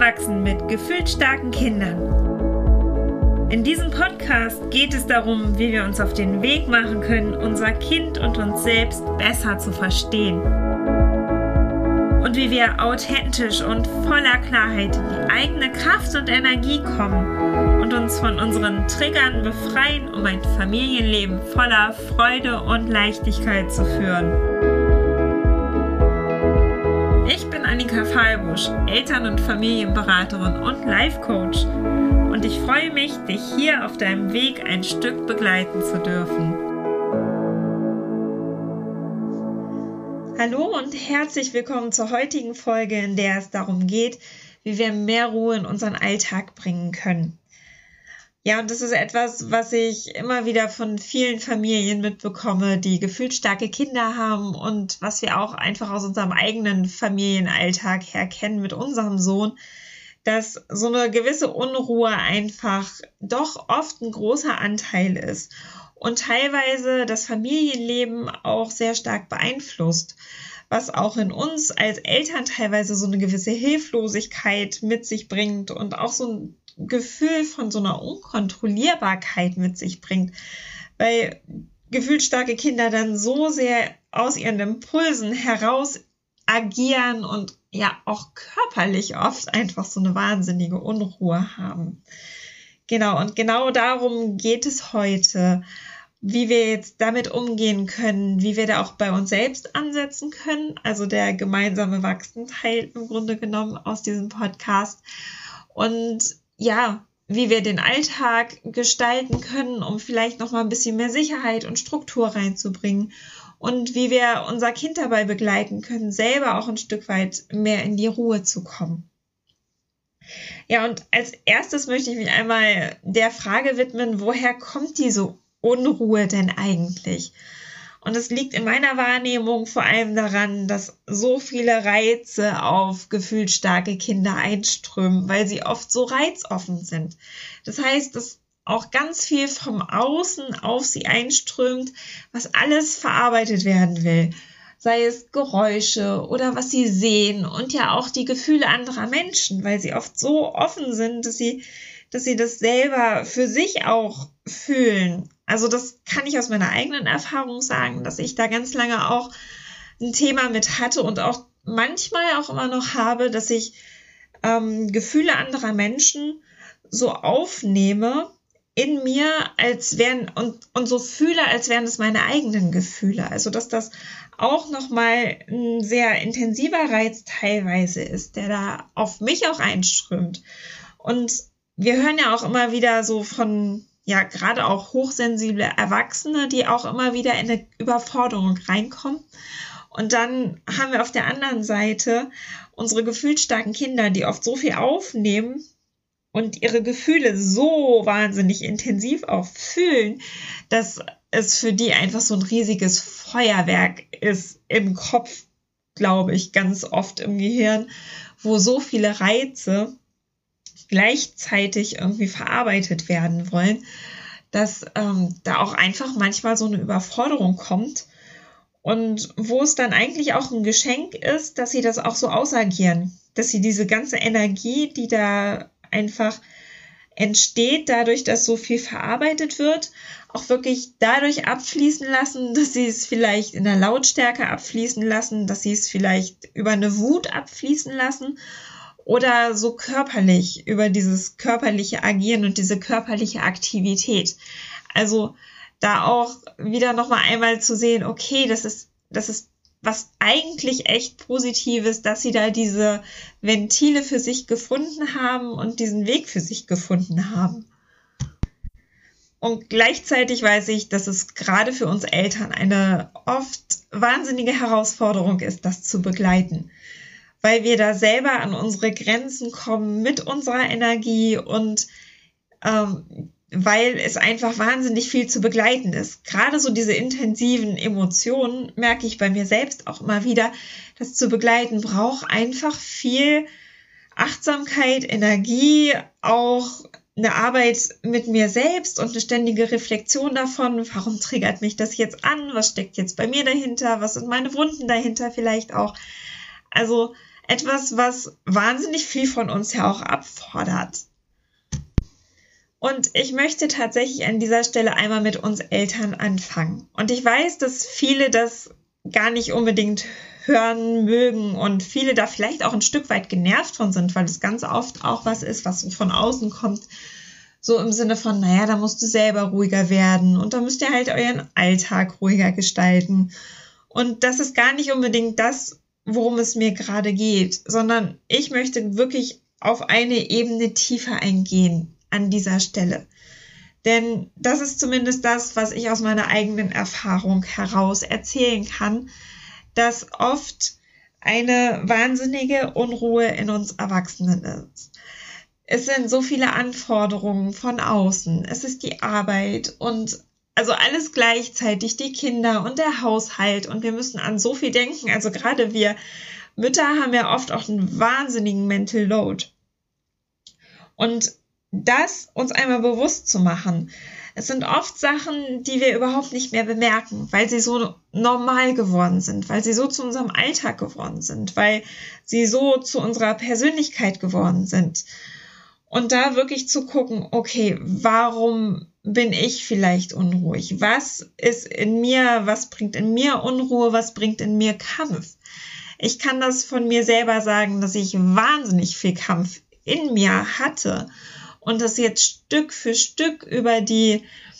Aufwachsen mit gefühlt starken Kindern. In diesem Podcast geht es darum, wie wir uns auf den Weg machen können, unser Kind und uns selbst besser zu verstehen. Und wie wir authentisch und voller Klarheit in die eigene Kraft und Energie kommen und uns von unseren Triggern befreien, um ein Familienleben voller Freude und Leichtigkeit zu führen. Ich bin Annika Fahlbusch, Eltern- und Familienberaterin und Life-Coach und ich freue mich, dich hier auf deinem Weg ein Stück begleiten zu dürfen. Hallo und herzlich willkommen zur heutigen Folge, in der es darum geht, wie wir mehr Ruhe in unseren Alltag bringen können. Ja, und das ist etwas, was ich immer wieder von vielen Familien mitbekomme, die gefühlt starke Kinder haben und was wir auch einfach aus unserem eigenen Familienalltag her kennen mit unserem Sohn, dass so eine gewisse Unruhe einfach doch oft ein großer Anteil ist und teilweise das Familienleben auch sehr stark beeinflusst, was auch in uns als Eltern teilweise so eine gewisse Hilflosigkeit mit sich bringt und auch so ein Gefühl von so einer Unkontrollierbarkeit mit sich bringt, weil gefühlt starke Kinder dann so sehr aus ihren Impulsen heraus agieren und ja auch körperlich oft einfach so eine wahnsinnige Unruhe haben. Genau, und genau darum geht es heute, wie wir jetzt damit umgehen können, wie wir da auch bei uns selbst ansetzen können, also der gemeinsame Wachsenteil im Grunde genommen aus diesem Podcast und ja, wie wir den Alltag gestalten können, um vielleicht noch mal ein bisschen mehr Sicherheit und Struktur reinzubringen und wie wir unser Kind dabei begleiten können, selber auch ein Stück weit mehr in die Ruhe zu kommen. Ja, und als erstes möchte ich mich einmal der Frage widmen, woher kommt diese Unruhe denn eigentlich? Und es liegt in meiner Wahrnehmung vor allem daran, dass so viele Reize auf gefühlt starke Kinder einströmen, weil sie oft so reizoffen sind. Das heißt, dass auch ganz viel vom Außen auf sie einströmt, was alles verarbeitet werden will. Sei es Geräusche oder was sie sehen und ja auch die Gefühle anderer Menschen, weil sie oft so offen sind, dass sie das selber für sich auch fühlen. Also das kann ich aus meiner eigenen Erfahrung sagen, dass ich da ganz lange auch ein Thema mit hatte und auch manchmal auch immer noch habe, dass ich Gefühle anderer Menschen so aufnehme in mir, als wären und so fühle, als wären es meine eigenen Gefühle. Also dass das auch nochmal ein sehr intensiver Reiz teilweise ist, der da auf mich auch einströmt. Und wir hören ja auch immer wieder so von, ja, gerade auch hochsensible Erwachsene, die auch immer wieder in eine Überforderung reinkommen. Und dann haben wir auf der anderen Seite unsere gefühlt starken Kinder, die oft so viel aufnehmen und ihre Gefühle so wahnsinnig intensiv auch fühlen, dass es für die einfach so ein riesiges Feuerwerk ist im Kopf, glaube ich, ganz oft im Gehirn, wo so viele Reize gleichzeitig irgendwie verarbeitet werden wollen, dass da auch einfach manchmal so eine Überforderung kommt und wo es dann eigentlich auch ein Geschenk ist, dass sie das auch so ausagieren, dass sie diese ganze Energie, die da einfach entsteht, dadurch, dass so viel verarbeitet wird, auch wirklich dadurch abfließen lassen, dass sie es vielleicht in der Lautstärke abfließen lassen, dass sie es vielleicht über eine Wut abfließen lassen oder so körperlich, über dieses körperliche Agieren und diese körperliche Aktivität. Also da auch wieder nochmal einmal zu sehen, okay, das ist was eigentlich echt Positives, dass sie da diese Ventile für sich gefunden haben und diesen Weg für sich gefunden haben. Und gleichzeitig weiß ich, dass es gerade für uns Eltern eine oft wahnsinnige Herausforderung ist, das zu begleiten, weil wir da selber an unsere Grenzen kommen mit unserer Energie und weil es einfach wahnsinnig viel zu begleiten ist. Gerade so diese intensiven Emotionen merke ich bei mir selbst auch immer wieder, das zu begleiten braucht einfach viel Achtsamkeit, Energie, auch eine Arbeit mit mir selbst und eine ständige Reflexion davon, warum triggert mich das jetzt an, was steckt jetzt bei mir dahinter, was sind meine Wunden dahinter vielleicht auch. Also Etwas, was wahnsinnig viel von uns ja auch abfordert. Und ich möchte tatsächlich an dieser Stelle einmal mit uns Eltern anfangen. Und ich weiß, dass viele das gar nicht unbedingt hören mögen und viele da vielleicht auch ein Stück weit genervt von sind, weil es ganz oft auch was ist, was so von außen kommt. So im Sinne von, naja, da musst du selber ruhiger werden und da müsst ihr halt euren Alltag ruhiger gestalten. Und das ist gar nicht unbedingt das, worum es mir gerade geht, sondern ich möchte wirklich auf eine Ebene tiefer eingehen an dieser Stelle. Denn das ist zumindest das, was ich aus meiner eigenen Erfahrung heraus erzählen kann, dass oft eine wahnsinnige Unruhe in uns Erwachsenen ist. Es sind so viele Anforderungen von außen, es ist die Arbeit und also alles gleichzeitig, die Kinder und der Haushalt und wir müssen an so viel denken. Also gerade wir Mütter haben ja oft auch einen wahnsinnigen Mental Load. Und das uns einmal bewusst zu machen, es sind oft Sachen, die wir überhaupt nicht mehr bemerken, weil sie so normal geworden sind, weil sie so zu unserem Alltag geworden sind, weil sie so zu unserer Persönlichkeit geworden sind. Und da wirklich zu gucken, okay, warum bin ich vielleicht unruhig? Was ist in mir, was bringt in mir Unruhe, was bringt in mir Kampf? Ich kann das von mir selber sagen, dass ich wahnsinnig viel Kampf in mir hatte und das jetzt Stück für Stück über die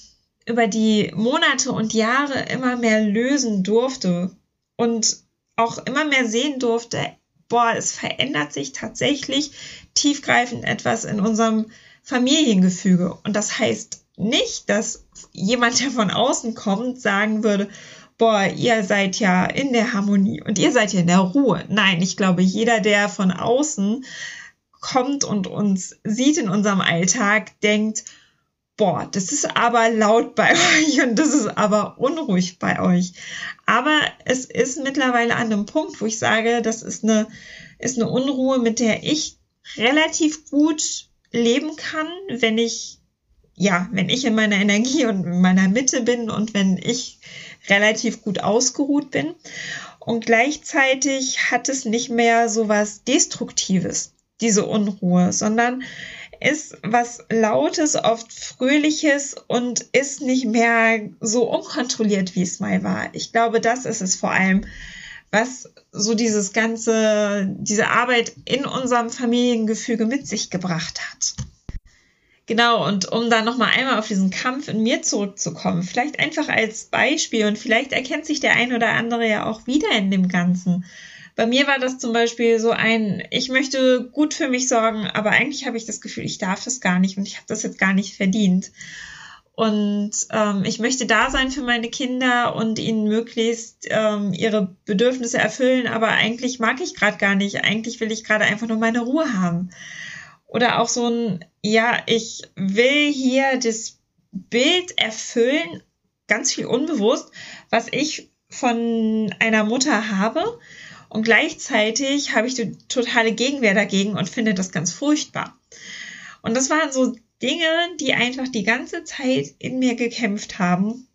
Monate und Jahre immer mehr lösen durfte und auch immer mehr sehen durfte, es verändert sich tatsächlich tiefgreifend etwas in unserem Familiengefüge. Und das heißt nicht, dass jemand, der von außen kommt, sagen würde, ihr seid ja in der Harmonie und ihr seid ja in der Ruhe. Nein, ich glaube, jeder, der von außen kommt und uns sieht in unserem Alltag, denkt, das ist aber laut bei euch und das ist aber unruhig bei euch. Aber es ist mittlerweile an einem Punkt, wo ich sage, das ist eine Unruhe, mit der ich relativ gut leben kann, wenn ich in meiner Energie und in meiner Mitte bin und wenn ich relativ gut ausgeruht bin. Und gleichzeitig hat es nicht mehr so was Destruktives, diese Unruhe, sondern ist was Lautes, oft Fröhliches und ist nicht mehr so unkontrolliert, wie es mal war. Ich glaube, das ist es vor allem, was so diese Arbeit in unserem Familiengefüge mit sich gebracht hat. Genau, und um da nochmal einmal auf diesen Kampf in mir zurückzukommen, vielleicht einfach als Beispiel und vielleicht erkennt sich der ein oder andere ja auch wieder in dem Ganzen. Bei mir war das zum Beispiel so ich möchte gut für mich sorgen, aber eigentlich habe ich das Gefühl, ich darf das gar nicht und ich habe das jetzt gar nicht verdient. Und ich möchte da sein für meine Kinder und ihnen möglichst ihre Bedürfnisse erfüllen, aber eigentlich mag ich gerade gar nicht. Eigentlich will ich gerade einfach nur meine Ruhe haben. Oder auch so ich will hier das Bild erfüllen, ganz viel unbewusst, was ich von einer Mutter habe. Und gleichzeitig habe ich die totale Gegenwehr dagegen und finde das ganz furchtbar. Und das waren so Dinge, die einfach die ganze Zeit in mir gekämpft haben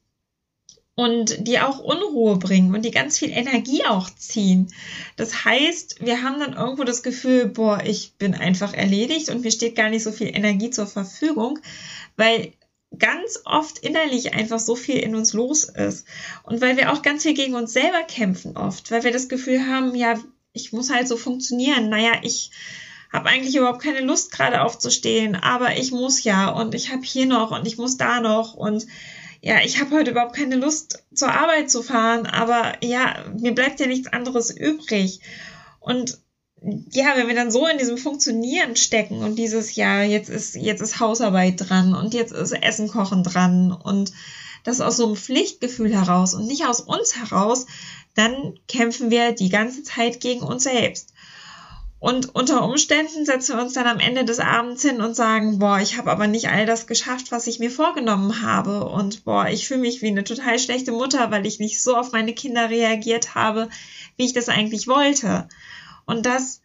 und die auch Unruhe bringen und die ganz viel Energie auch ziehen. Das heißt, wir haben dann irgendwo das Gefühl, ich bin einfach erledigt und mir steht gar nicht so viel Energie zur Verfügung, weil ganz oft innerlich einfach so viel in uns los ist. Und weil wir auch ganz viel gegen uns selber kämpfen oft, weil wir das Gefühl haben, ich muss halt so funktionieren. Ich habe eigentlich überhaupt keine Lust gerade aufzustehen, aber ich muss und ich habe hier noch und ich muss da noch und ich habe heute überhaupt keine Lust zur Arbeit zu fahren, aber mir bleibt ja nichts anderes übrig. Und wenn wir dann so in diesem Funktionieren stecken und dieses jetzt ist Hausarbeit dran und jetzt ist Essen kochen dran und das aus so einem Pflichtgefühl heraus und nicht aus uns heraus, dann kämpfen wir die ganze Zeit gegen uns selbst. Und unter Umständen setzen wir uns dann am Ende des Abends hin und sagen, ich habe aber nicht all das geschafft, was ich mir vorgenommen habe und ich fühle mich wie eine total schlechte Mutter, weil ich nicht so auf meine Kinder reagiert habe, wie ich das eigentlich wollte. Und das,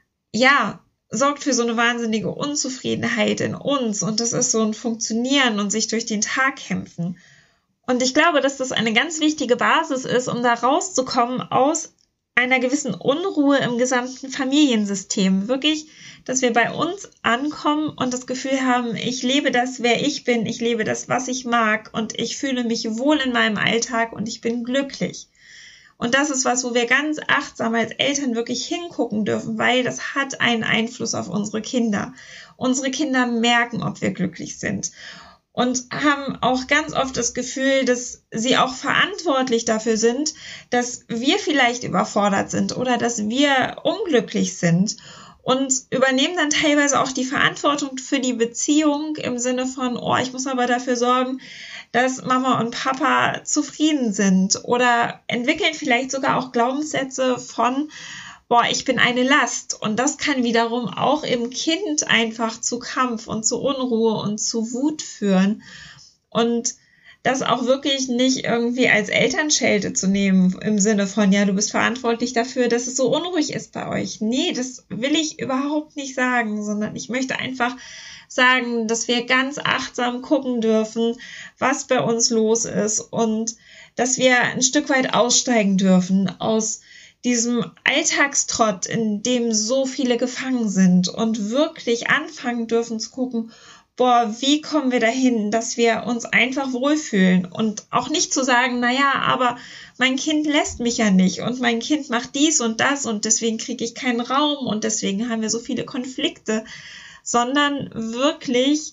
sorgt für so eine wahnsinnige Unzufriedenheit in uns und das ist so ein Funktionieren und sich durch den Tag kämpfen. Und ich glaube, dass das eine ganz wichtige Basis ist, um da rauszukommen aus einer gewissen Unruhe im gesamten Familiensystem. Wirklich, dass wir bei uns ankommen und das Gefühl haben, ich lebe das, wer ich bin, ich lebe das, was ich mag und ich fühle mich wohl in meinem Alltag und ich bin glücklich. Und das ist was, wo wir ganz achtsam als Eltern wirklich hingucken dürfen, weil das hat einen Einfluss auf unsere Kinder. Unsere Kinder merken, ob wir glücklich sind. Und haben auch ganz oft das Gefühl, dass sie auch verantwortlich dafür sind, dass wir vielleicht überfordert sind oder dass wir unglücklich sind und übernehmen dann teilweise auch die Verantwortung für die Beziehung im Sinne von, oh, ich muss aber dafür sorgen, dass Mama und Papa zufrieden sind oder entwickeln vielleicht sogar auch Glaubenssätze von, boah, ich bin eine Last. Und das kann wiederum auch im Kind einfach zu Kampf und zu Unruhe und zu Wut führen. Und das auch wirklich nicht irgendwie als Elternschelte zu nehmen, im Sinne von, ja, du bist verantwortlich dafür, dass es so unruhig ist bei euch. Nee, das will ich überhaupt nicht sagen, sondern ich möchte einfach sagen, dass wir ganz achtsam gucken dürfen, was bei uns los ist und dass wir ein Stück weit aussteigen dürfen aus diesem Alltagstrott, in dem so viele gefangen sind und wirklich anfangen dürfen zu gucken, boah, wie kommen wir dahin, dass wir uns einfach wohlfühlen und auch nicht zu sagen, naja, aber mein Kind lässt mich ja nicht und mein Kind macht dies und das und deswegen kriege ich keinen Raum und deswegen haben wir so viele Konflikte, sondern wirklich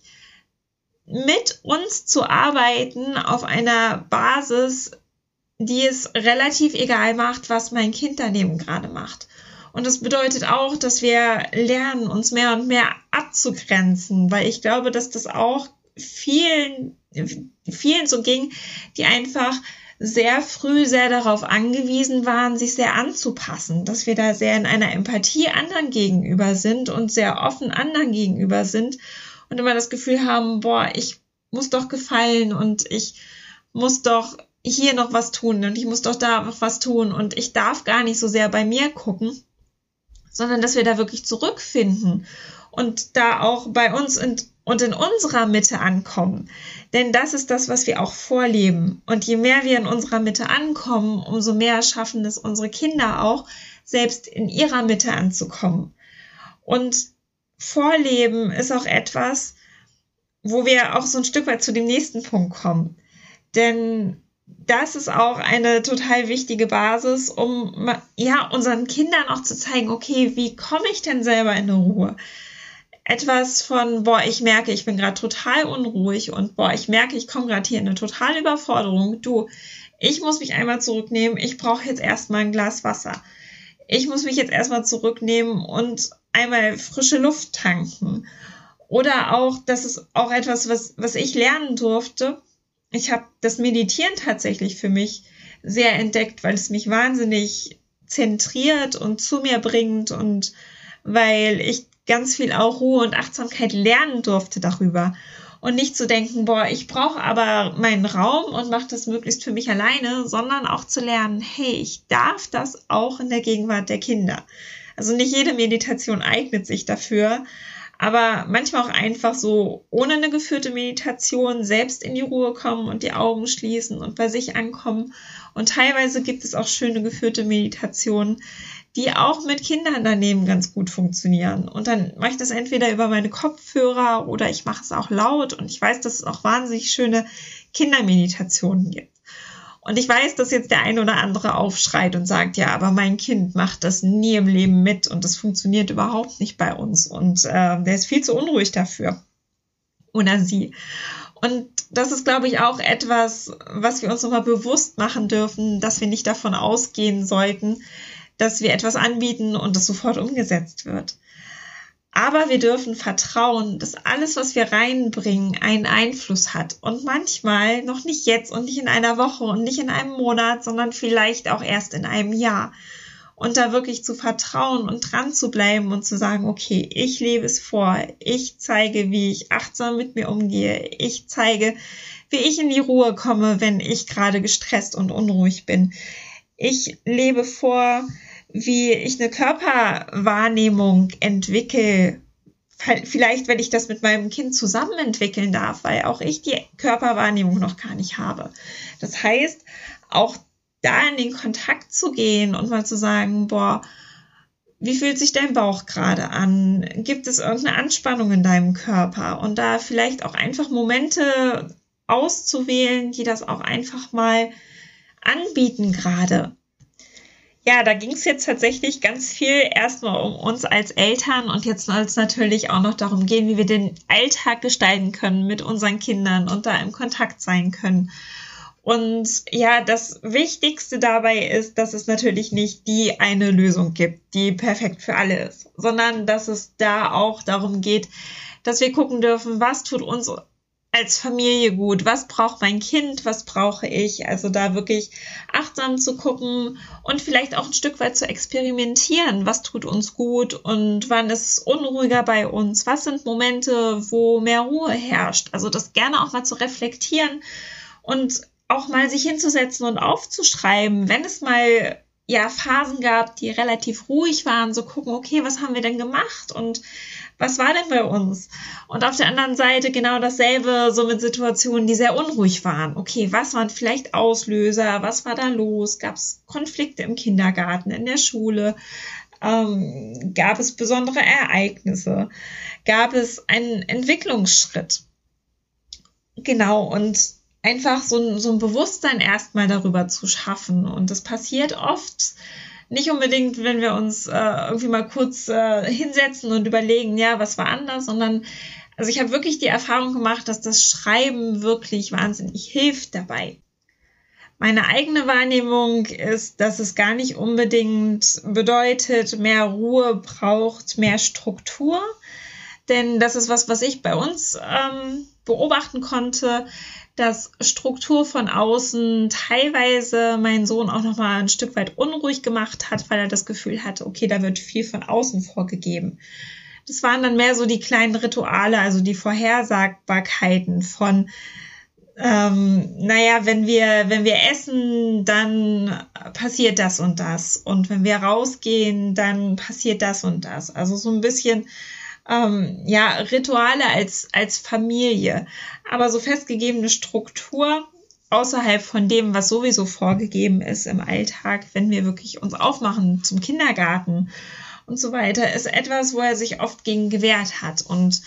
mit uns zu arbeiten auf einer Basis, die es relativ egal macht, was mein Kind daneben gerade macht. Und das bedeutet auch, dass wir lernen, uns mehr und mehr abzugrenzen, weil ich glaube, dass das auch vielen so ging, die einfach sehr früh sehr darauf angewiesen waren, sich sehr anzupassen, dass wir da sehr in einer Empathie anderen gegenüber sind und sehr offen anderen gegenüber sind und immer das Gefühl haben, boah, ich muss doch gefallen und ich muss doch hier noch was tun und ich muss doch da noch was tun und ich darf gar nicht so sehr bei mir gucken, sondern dass wir da wirklich zurückfinden und da auch bei uns und in unserer Mitte ankommen. Denn das ist das, was wir auch vorleben. Und je mehr wir in unserer Mitte ankommen, umso mehr schaffen es unsere Kinder auch, selbst in ihrer Mitte anzukommen. Und Vorleben ist auch etwas, wo wir auch so ein Stück weit zu dem nächsten Punkt kommen. Denn das ist auch eine total wichtige Basis, um ja unseren Kindern auch zu zeigen, okay, wie komme ich denn selber in eine Ruhe? Etwas von, boah, ich merke, ich bin gerade total unruhig und boah, ich merke, ich komme gerade hier in eine totale Überforderung. Du, ich muss mich einmal zurücknehmen, ich brauche jetzt erstmal ein Glas Wasser. Ich muss mich jetzt erstmal zurücknehmen und einmal frische Luft tanken. Oder auch, das ist auch etwas, was ich lernen durfte. Ich habe das Meditieren tatsächlich für mich sehr entdeckt, weil es mich wahnsinnig zentriert und zu mir bringt und weil ich ganz viel auch Ruhe und Achtsamkeit lernen durfte darüber. Und nicht zu denken, boah, ich brauche aber meinen Raum und mache das möglichst für mich alleine, sondern auch zu lernen, hey, ich darf das auch in der Gegenwart der Kinder. Also nicht jede Meditation eignet sich dafür, aber manchmal auch einfach so ohne eine geführte Meditation selbst in die Ruhe kommen und die Augen schließen und bei sich ankommen. Und teilweise gibt es auch schöne geführte Meditationen, die auch mit Kindern daneben ganz gut funktionieren. Und dann mache ich das entweder über meine Kopfhörer oder ich mache es auch laut. Und ich weiß, dass es auch wahnsinnig schöne Kindermeditationen gibt. Und ich weiß, dass jetzt der eine oder andere aufschreit und sagt, ja, aber mein Kind macht das nie im Leben mit und das funktioniert überhaupt nicht bei uns und der ist viel zu unruhig dafür oder sie. Und das ist, glaube ich, auch etwas, was wir uns nochmal bewusst machen dürfen, dass wir nicht davon ausgehen sollten, dass wir etwas anbieten und das sofort umgesetzt wird. Aber wir dürfen vertrauen, dass alles, was wir reinbringen, einen Einfluss hat. Und manchmal noch nicht jetzt und nicht in einer Woche und nicht in einem Monat, sondern vielleicht auch erst in einem Jahr. Und da wirklich zu vertrauen und dran zu bleiben und zu sagen, okay, ich lebe es vor. Ich zeige, wie ich achtsam mit mir umgehe. Ich zeige, wie ich in die Ruhe komme, wenn ich gerade gestresst und unruhig bin. Ich lebe vor, wie ich eine Körperwahrnehmung entwickle, vielleicht, wenn ich das mit meinem Kind zusammen entwickeln darf, weil auch ich die Körperwahrnehmung noch gar nicht habe. Das heißt, auch da in den Kontakt zu gehen und mal zu sagen, boah, wie fühlt sich dein Bauch gerade an? Gibt es irgendeine Anspannung in deinem Körper? Und da vielleicht auch einfach Momente auszuwählen, die das auch einfach mal anbieten gerade. Ja, da ging es jetzt tatsächlich ganz viel erstmal um uns als Eltern und jetzt soll es natürlich auch noch darum gehen, wie wir den Alltag gestalten können mit unseren Kindern und da im Kontakt sein können. Und ja, das Wichtigste dabei ist, dass es natürlich nicht die eine Lösung gibt, die perfekt für alle ist, sondern dass es da auch darum geht, dass wir gucken dürfen, was tut uns als Familie gut, was braucht mein Kind, was brauche ich, also da wirklich achtsam zu gucken und vielleicht auch ein Stück weit zu experimentieren, was tut uns gut und wann ist es unruhiger bei uns, was sind Momente, wo mehr Ruhe herrscht, also das gerne auch mal zu reflektieren und auch mal sich hinzusetzen und aufzuschreiben, wenn es mal ja Phasen gab, die relativ ruhig waren, so gucken, okay, was haben wir denn gemacht und was war denn bei uns? Und auf der anderen Seite genau dasselbe, so mit Situationen, die sehr unruhig waren. Okay, was waren vielleicht Auslöser? Was war da los? Gab es Konflikte im Kindergarten, in der Schule? Gab es besondere Ereignisse? Gab es einen Entwicklungsschritt? Genau, und einfach so ein Bewusstsein erstmal darüber zu schaffen. Und das passiert oft nicht unbedingt, wenn wir uns irgendwie mal kurz hinsetzen und überlegen, ja, was war anders, sondern also ich habe wirklich die Erfahrung gemacht, dass das Schreiben wirklich wahnsinnig hilft dabei. Meine eigene Wahrnehmung ist, dass es gar nicht unbedingt bedeutet, mehr Ruhe braucht, mehr Struktur. Denn das ist was ich bei uns beobachten konnte, dass Struktur von außen teilweise meinen Sohn auch nochmal ein Stück weit unruhig gemacht hat, weil er das Gefühl hatte, okay, da wird viel von außen vorgegeben. Das waren dann mehr so die kleinen Rituale, also die Vorhersagbarkeiten von, wenn wir essen, dann passiert das und das. Und wenn wir rausgehen, dann passiert das und das. Also so ein bisschen Rituale als Familie, aber so festgegebene Struktur außerhalb von dem, was sowieso vorgegeben ist im Alltag, wenn wir wirklich uns aufmachen zum Kindergarten und so weiter, ist etwas, wo er sich oft gegen gewehrt hat und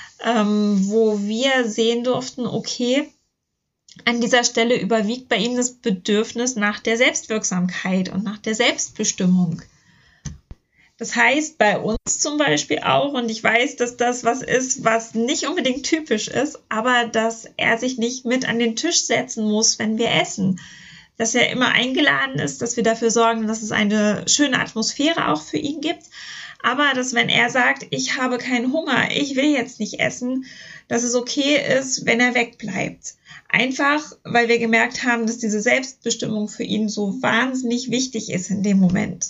wo wir sehen durften, okay, an dieser Stelle überwiegt bei ihm das Bedürfnis nach der Selbstwirksamkeit und nach der Selbstbestimmung. Das heißt bei uns zum Beispiel auch, und ich weiß, dass das was ist, was nicht unbedingt typisch ist, aber dass er sich nicht mit an den Tisch setzen muss, wenn wir essen. Dass er immer eingeladen ist, dass wir dafür sorgen, dass es eine schöne Atmosphäre auch für ihn gibt. Aber dass wenn er sagt, ich habe keinen Hunger, ich will jetzt nicht essen, dass es okay ist, wenn er wegbleibt. Einfach, weil wir gemerkt haben, dass diese Selbstbestimmung für ihn so wahnsinnig wichtig ist in dem Moment.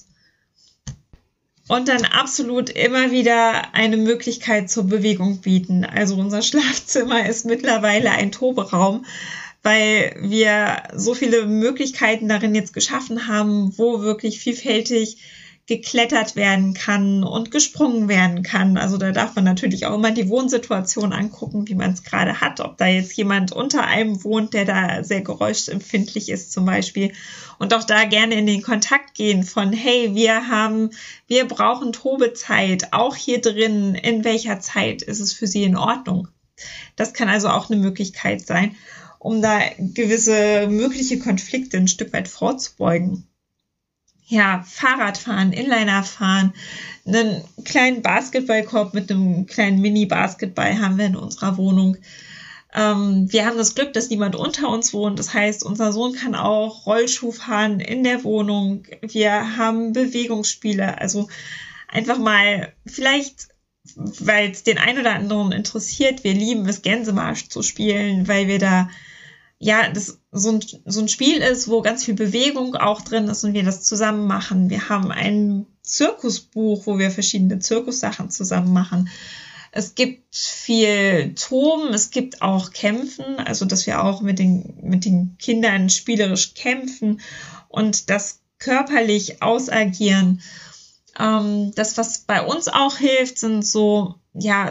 Und dann absolut immer wieder eine Möglichkeit zur Bewegung bieten. Also unser Schlafzimmer ist mittlerweile ein Toberaum, weil wir so viele Möglichkeiten darin jetzt geschaffen haben, wo wirklich vielfältig geklettert werden kann und gesprungen werden kann. Also da darf man natürlich auch immer die Wohnsituation angucken, wie man es gerade hat. Ob da jetzt jemand unter einem wohnt, der da sehr geräuschempfindlich ist zum Beispiel. Und auch da gerne in den Kontakt gehen von, hey, wir brauchen Tobezeit, auch hier drin, in welcher Zeit ist es für Sie in Ordnung? Das kann also auch eine Möglichkeit sein, um da gewisse mögliche Konflikte ein Stück weit vorzubeugen. Ja, Fahrradfahren, Inlinerfahren, einen kleinen Basketballkorb mit einem kleinen Mini-Basketball haben wir in unserer Wohnung. Wir haben das Glück, dass niemand unter uns wohnt. Das heißt, unser Sohn kann auch Rollschuh fahren in der Wohnung. Wir haben Bewegungsspiele, also einfach mal vielleicht, weil es den einen oder anderen interessiert, wir lieben es, Gänsemarsch zu spielen, weil wir da das so ein Spiel ist, wo ganz viel Bewegung auch drin ist und wir das zusammen machen. Wir haben ein Zirkusbuch, wo wir verschiedene Zirkussachen zusammen machen. Es gibt viel Toben, es gibt auch Kämpfen, also dass wir auch mit den Kindern spielerisch kämpfen und das körperlich ausagieren. Das, was bei uns auch hilft, sind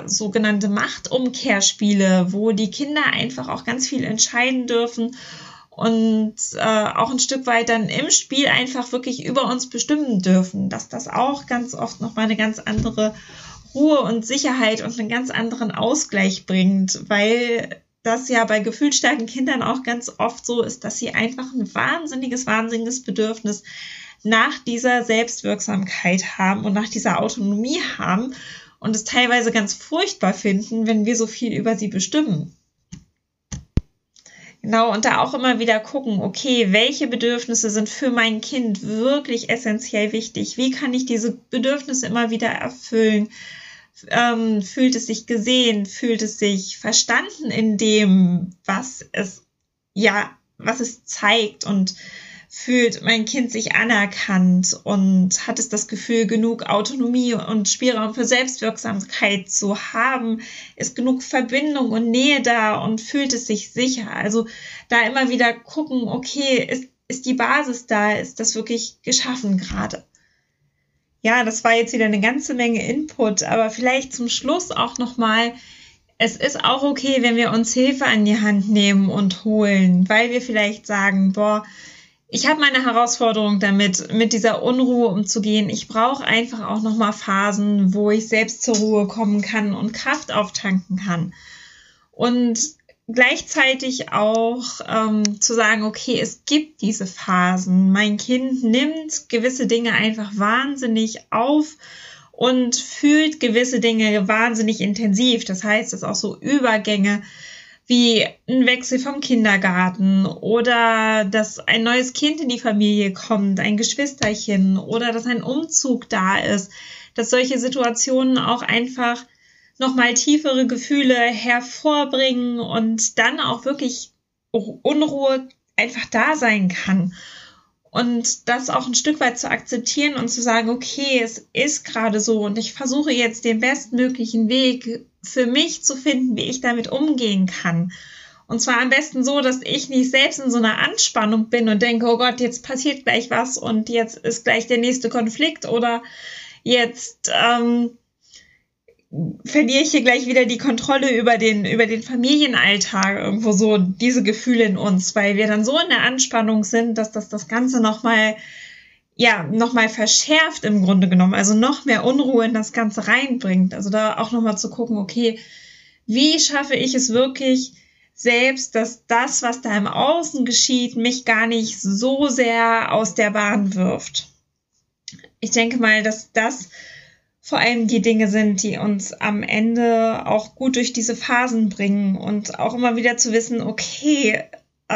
sogenannte Machtumkehrspiele, wo die Kinder einfach auch ganz viel entscheiden dürfen und auch ein Stück weit dann im Spiel einfach wirklich über uns bestimmen dürfen, dass das auch ganz oft nochmal eine ganz andere Ruhe und Sicherheit und einen ganz anderen Ausgleich bringt, weil das ja bei gefühlsstarken Kindern auch ganz oft so ist, dass sie einfach ein wahnsinniges Bedürfnis nach dieser Selbstwirksamkeit haben und nach dieser Autonomie haben und es teilweise ganz furchtbar finden, wenn wir so viel über sie bestimmen. Genau, und da auch immer wieder gucken, okay, welche Bedürfnisse sind für mein Kind wirklich essentiell wichtig? Wie kann ich diese Bedürfnisse immer wieder erfüllen? Fühlt es sich gesehen? Fühlt es sich verstanden in dem, was es zeigt? Und fühlt mein Kind sich anerkannt und hat es das Gefühl, genug Autonomie und Spielraum für Selbstwirksamkeit zu haben? Ist genug Verbindung und Nähe da und fühlt es sich sicher? Also da immer wieder gucken, okay, ist die Basis da? Ist das wirklich geschaffen gerade? Ja, das war jetzt wieder eine ganze Menge Input, aber vielleicht zum Schluss auch nochmal, es ist auch okay, wenn wir uns Hilfe an die Hand nehmen und holen, weil wir vielleicht sagen, ich habe meine Herausforderung damit, mit dieser Unruhe umzugehen. Ich brauche einfach auch nochmal Phasen, wo ich selbst zur Ruhe kommen kann und Kraft auftanken kann. Und gleichzeitig auch zu sagen, okay, es gibt diese Phasen. Mein Kind nimmt gewisse Dinge einfach wahnsinnig auf und fühlt gewisse Dinge wahnsinnig intensiv. Das heißt, dass auch so Übergänge wie ein Wechsel vom Kindergarten oder dass ein neues Kind in die Familie kommt, ein Geschwisterchen oder dass ein Umzug da ist, dass solche Situationen auch einfach nochmal tiefere Gefühle hervorbringen und dann auch wirklich Unruhe einfach da sein kann. Und das auch ein Stück weit zu akzeptieren und zu sagen, okay, es ist gerade so und ich versuche jetzt den bestmöglichen Weg für mich zu finden, wie ich damit umgehen kann. Und zwar am besten so, dass ich nicht selbst in so einer Anspannung bin und denke, oh Gott, jetzt passiert gleich was und jetzt ist gleich der nächste Konflikt oder jetzt verliere ich hier gleich wieder die Kontrolle über den Familienalltag, irgendwo so diese Gefühle in uns, weil wir dann so in der Anspannung sind, dass das Ganze nochmal verschärft im Grunde genommen, also noch mehr Unruhe in das Ganze reinbringt. Also da auch nochmal zu gucken, okay, wie schaffe ich es wirklich selbst, dass das, was da im Außen geschieht, mich gar nicht so sehr aus der Bahn wirft. Ich denke mal, dass das vor allem die Dinge sind, die uns am Ende auch gut durch diese Phasen bringen und auch immer wieder zu wissen, okay,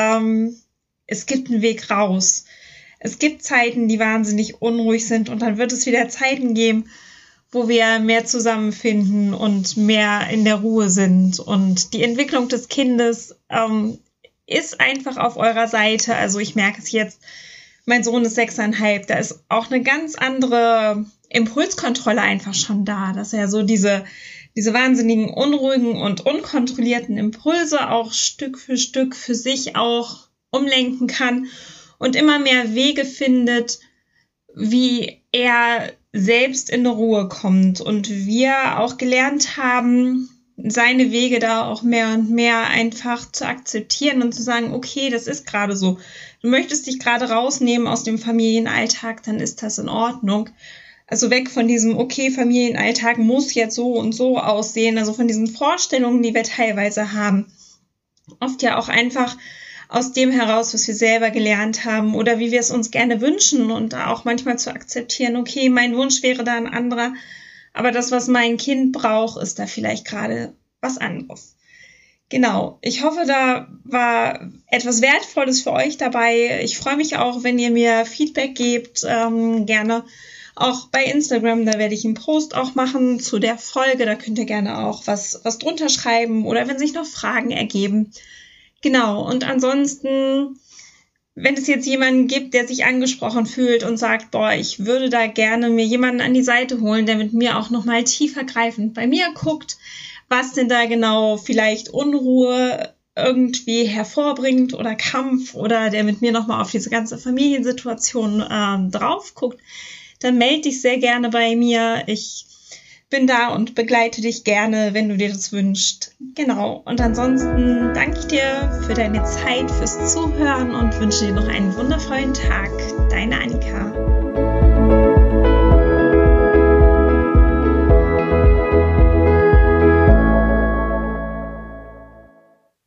es gibt einen Weg raus. Es gibt Zeiten, die wahnsinnig unruhig sind und dann wird es wieder Zeiten geben, wo wir mehr zusammenfinden und mehr in der Ruhe sind. Und die Entwicklung des Kindes ist einfach auf eurer Seite. Also ich merke es jetzt, mein Sohn ist 6,5, da ist auch eine ganz andere Impulskontrolle einfach schon da, dass er so diese wahnsinnigen unruhigen und unkontrollierten Impulse auch Stück für sich auch umlenken kann und immer mehr Wege findet, wie er selbst in Ruhe kommt und wir auch gelernt haben, seine Wege da auch mehr und mehr einfach zu akzeptieren und zu sagen, okay, das ist gerade so. Du möchtest dich gerade rausnehmen aus dem Familienalltag, dann ist das in Ordnung. Also weg von diesem, okay, Familienalltag muss jetzt so und so aussehen, also von diesen Vorstellungen, die wir teilweise haben. Oft ja auch einfach aus dem heraus, was wir selber gelernt haben oder wie wir es uns gerne wünschen und auch manchmal zu akzeptieren, okay, mein Wunsch wäre da ein anderer, aber das, was mein Kind braucht, ist da vielleicht gerade was anderes. Genau, ich hoffe, da war etwas Wertvolles für euch dabei. Ich freue mich auch, wenn ihr mir Feedback gebt, gerne auch bei Instagram, da werde ich einen Post auch machen zu der Folge, da könnt ihr gerne auch was drunter schreiben oder wenn sich noch Fragen ergeben. Genau, und ansonsten, wenn es jetzt jemanden gibt, der sich angesprochen fühlt und sagt, ich würde da gerne mir jemanden an die Seite holen, der mit mir auch nochmal tiefergreifend bei mir guckt, was denn da genau vielleicht Unruhe irgendwie hervorbringt oder Kampf oder der mit mir nochmal auf diese ganze Familiensituation drauf guckt, dann melde dich sehr gerne bei mir. Ich bin da und begleite dich gerne, wenn du dir das wünschst. Genau. Und ansonsten danke ich dir für deine Zeit, fürs Zuhören und wünsche dir noch einen wundervollen Tag. Deine Annika.